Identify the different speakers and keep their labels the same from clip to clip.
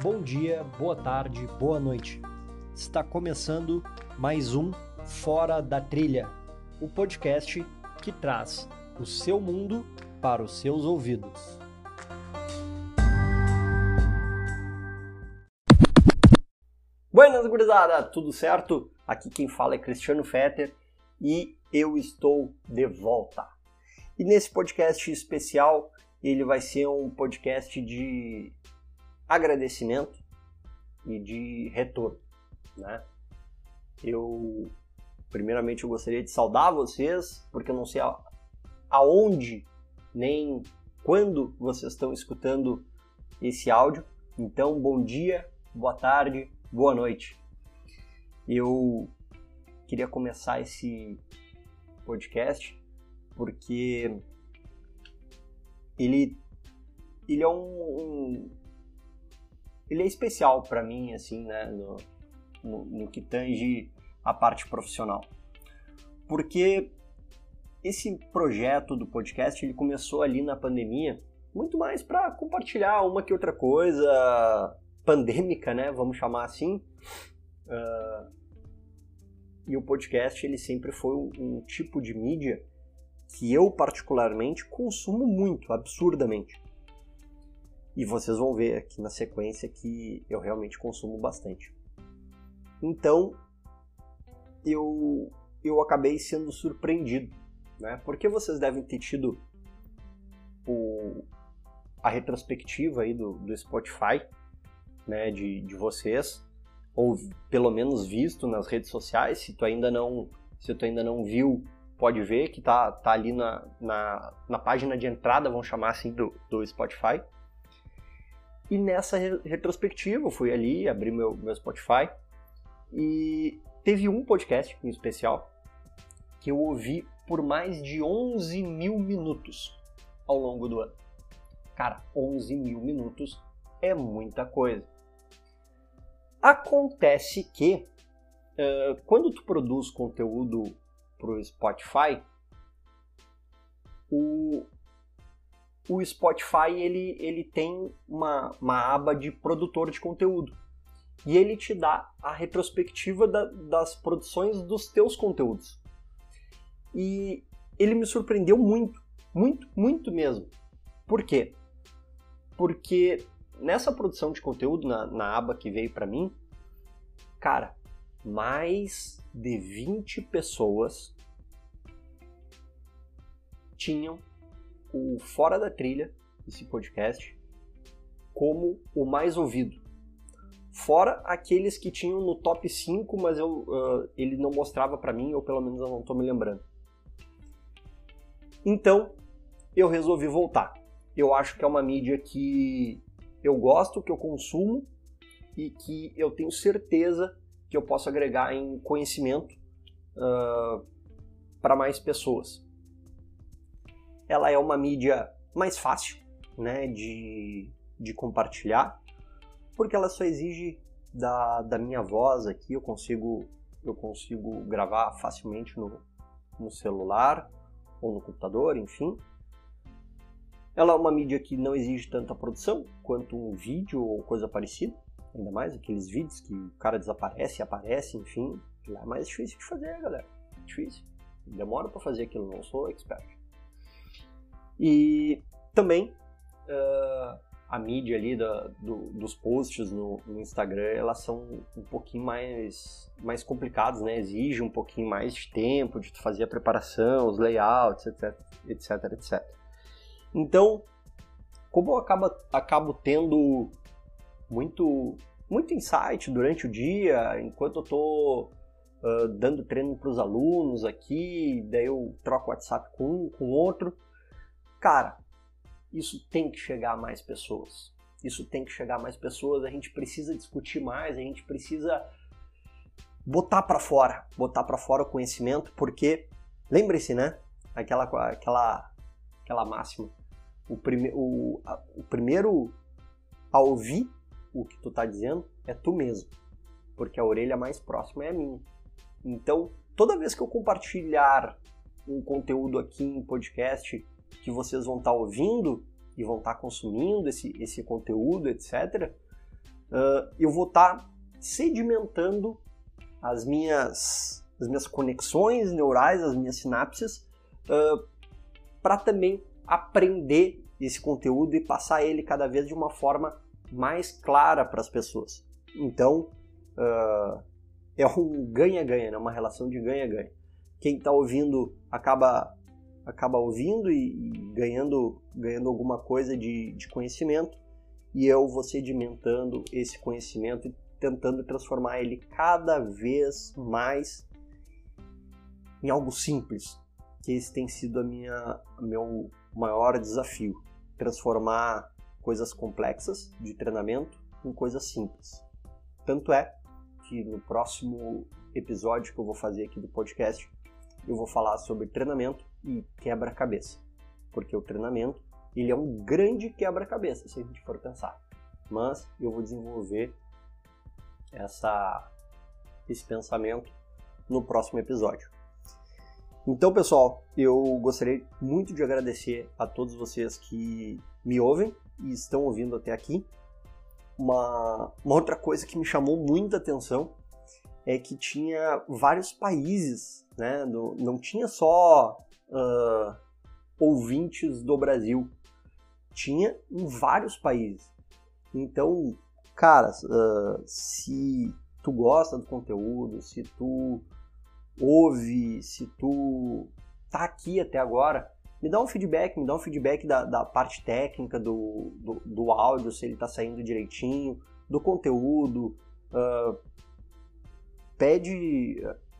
Speaker 1: Bom dia, boa tarde, boa noite. Está começando mais um Fora da Trilha, o podcast que traz o seu mundo para os seus ouvidos. Buenas, gurizada, tudo certo? Aqui quem fala é Cristiano Fetter e eu estou de volta. E nesse podcast especial, ele vai ser um podcast de agradecimento e de retorno, né? Primeiramente, eu gostaria de saudar vocês, porque eu não sei aonde nem quando vocês estão escutando esse áudio. Então, bom dia, boa tarde, boa noite. Eu queria começar esse podcast porque ele é ele é especial para mim, assim, né, no que tange a parte profissional. Porque esse projeto do podcast, ele começou ali na pandemia, muito mais para compartilhar uma que outra coisa pandêmica, né, vamos chamar assim. E o podcast, ele sempre foi um tipo de mídia que eu particularmente consumo muito, absurdamente. E vocês vão ver aqui na sequência que eu realmente consumo bastante. Então, eu acabei sendo surpreendido, né? Porque vocês devem ter tido a retrospectiva aí do Spotify, né, de vocês, ou pelo menos visto nas redes sociais. Se tu ainda não viu, pode ver que tá ali na página de entrada, vamos chamar assim, do Spotify. E nessa retrospectiva eu fui ali, abri meu Spotify e teve um podcast em especial que eu ouvi por mais de 11 mil minutos ao longo do ano. Cara, 11 mil minutos é muita coisa. Acontece que quando tu produz conteúdo pro Spotify, o Spotify ele tem uma aba de produtor de conteúdo e ele te dá a retrospectiva das produções dos teus conteúdos. E ele me surpreendeu muito, muito, muito mesmo. Por quê? Porque nessa produção de conteúdo, na aba que veio para mim, cara, mais de 20 pessoas tinham o Fora da Trilha, esse podcast, como o mais ouvido. Fora aqueles que tinham no top 5, mas ele não mostrava para mim, ou pelo menos eu não estou me lembrando. Então, eu resolvi voltar. Eu acho que é uma mídia que eu gosto, que eu consumo e que eu tenho certeza que eu posso agregar em conhecimento para mais pessoas. Ela é uma mídia mais fácil, né, de compartilhar, porque ela só exige da minha voz aqui. Eu consigo gravar facilmente no celular ou no computador, enfim. Ela é uma mídia que não exige tanta produção quanto um vídeo ou coisa parecida, ainda mais aqueles vídeos que o cara desaparece e aparece, enfim. É mais difícil de fazer, galera. Difícil. Demora para fazer aquilo, não sou expert. E também a mídia ali dos posts no Instagram, elas são um pouquinho mais complicadas, né? Exige um pouquinho mais de tempo de fazer a preparação, os layouts, etc. Então, como eu acabo tendo muito insight durante o dia, enquanto eu tô dando treino para os alunos aqui, daí eu troco WhatsApp com um, com outro. Cara, isso tem que chegar a mais pessoas. A gente precisa discutir mais, a gente precisa botar para fora o conhecimento, porque lembre-se, né? Aquela máxima. O primeiro a ouvir o que tu tá dizendo é tu mesmo, porque a orelha mais próxima é a minha. Então, toda vez que eu compartilhar um conteúdo aqui em podcast que vocês vão estar ouvindo e vão estar consumindo esse conteúdo, etc., eu vou estar sedimentando as minhas conexões neurais, as minhas sinapses, para também aprender esse conteúdo e passar ele cada vez de uma forma mais clara para as pessoas. Então, é um ganha-ganha, né? Uma relação de ganha-ganha. Quem está ouvindo acaba ouvindo e ganhando alguma coisa de conhecimento, e eu vou sedimentando esse conhecimento e tentando transformar ele cada vez mais em algo simples, que esse tem sido meu maior desafio, transformar coisas complexas de treinamento em coisas simples. Tanto é que no próximo episódio que eu vou fazer aqui do podcast, eu vou falar sobre treinamento e quebra-cabeça, porque o treinamento ele é um grande quebra-cabeça, se a gente for pensar, mas eu vou desenvolver esse pensamento no próximo episódio. Então, pessoal, eu gostaria muito de agradecer a todos vocês que me ouvem e estão ouvindo até aqui. Uma outra coisa que me chamou muita atenção é que tinha vários países, né? Não tinha só ouvintes do Brasil, tinha em vários países. Então, cara, se tu gosta do conteúdo, se tu ouve, se tu tá aqui até agora, me dá um feedback da parte técnica do áudio, se ele tá saindo direitinho, do conteúdo, pede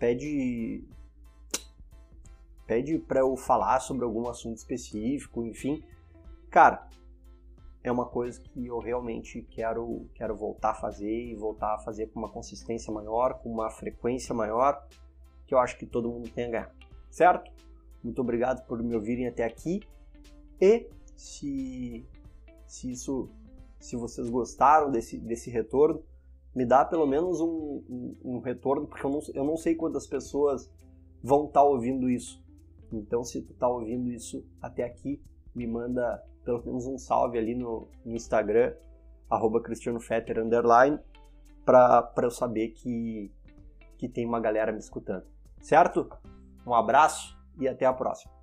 Speaker 1: para eu falar sobre algum assunto específico, enfim. Cara, é uma coisa que eu realmente quero voltar a fazer e voltar a fazer com uma consistência maior, com uma frequência maior, que eu acho que todo mundo tem a ganhar, certo? Muito obrigado por me ouvirem até aqui, e se vocês gostaram desse retorno, me dá pelo menos um retorno, porque eu não sei quantas pessoas vão estar ouvindo isso. Então, se tu tá ouvindo isso até aqui, me manda pelo menos um salve ali no Instagram, @cristianofetter_, para eu saber que tem uma galera me escutando. Certo? Um abraço e até a próxima.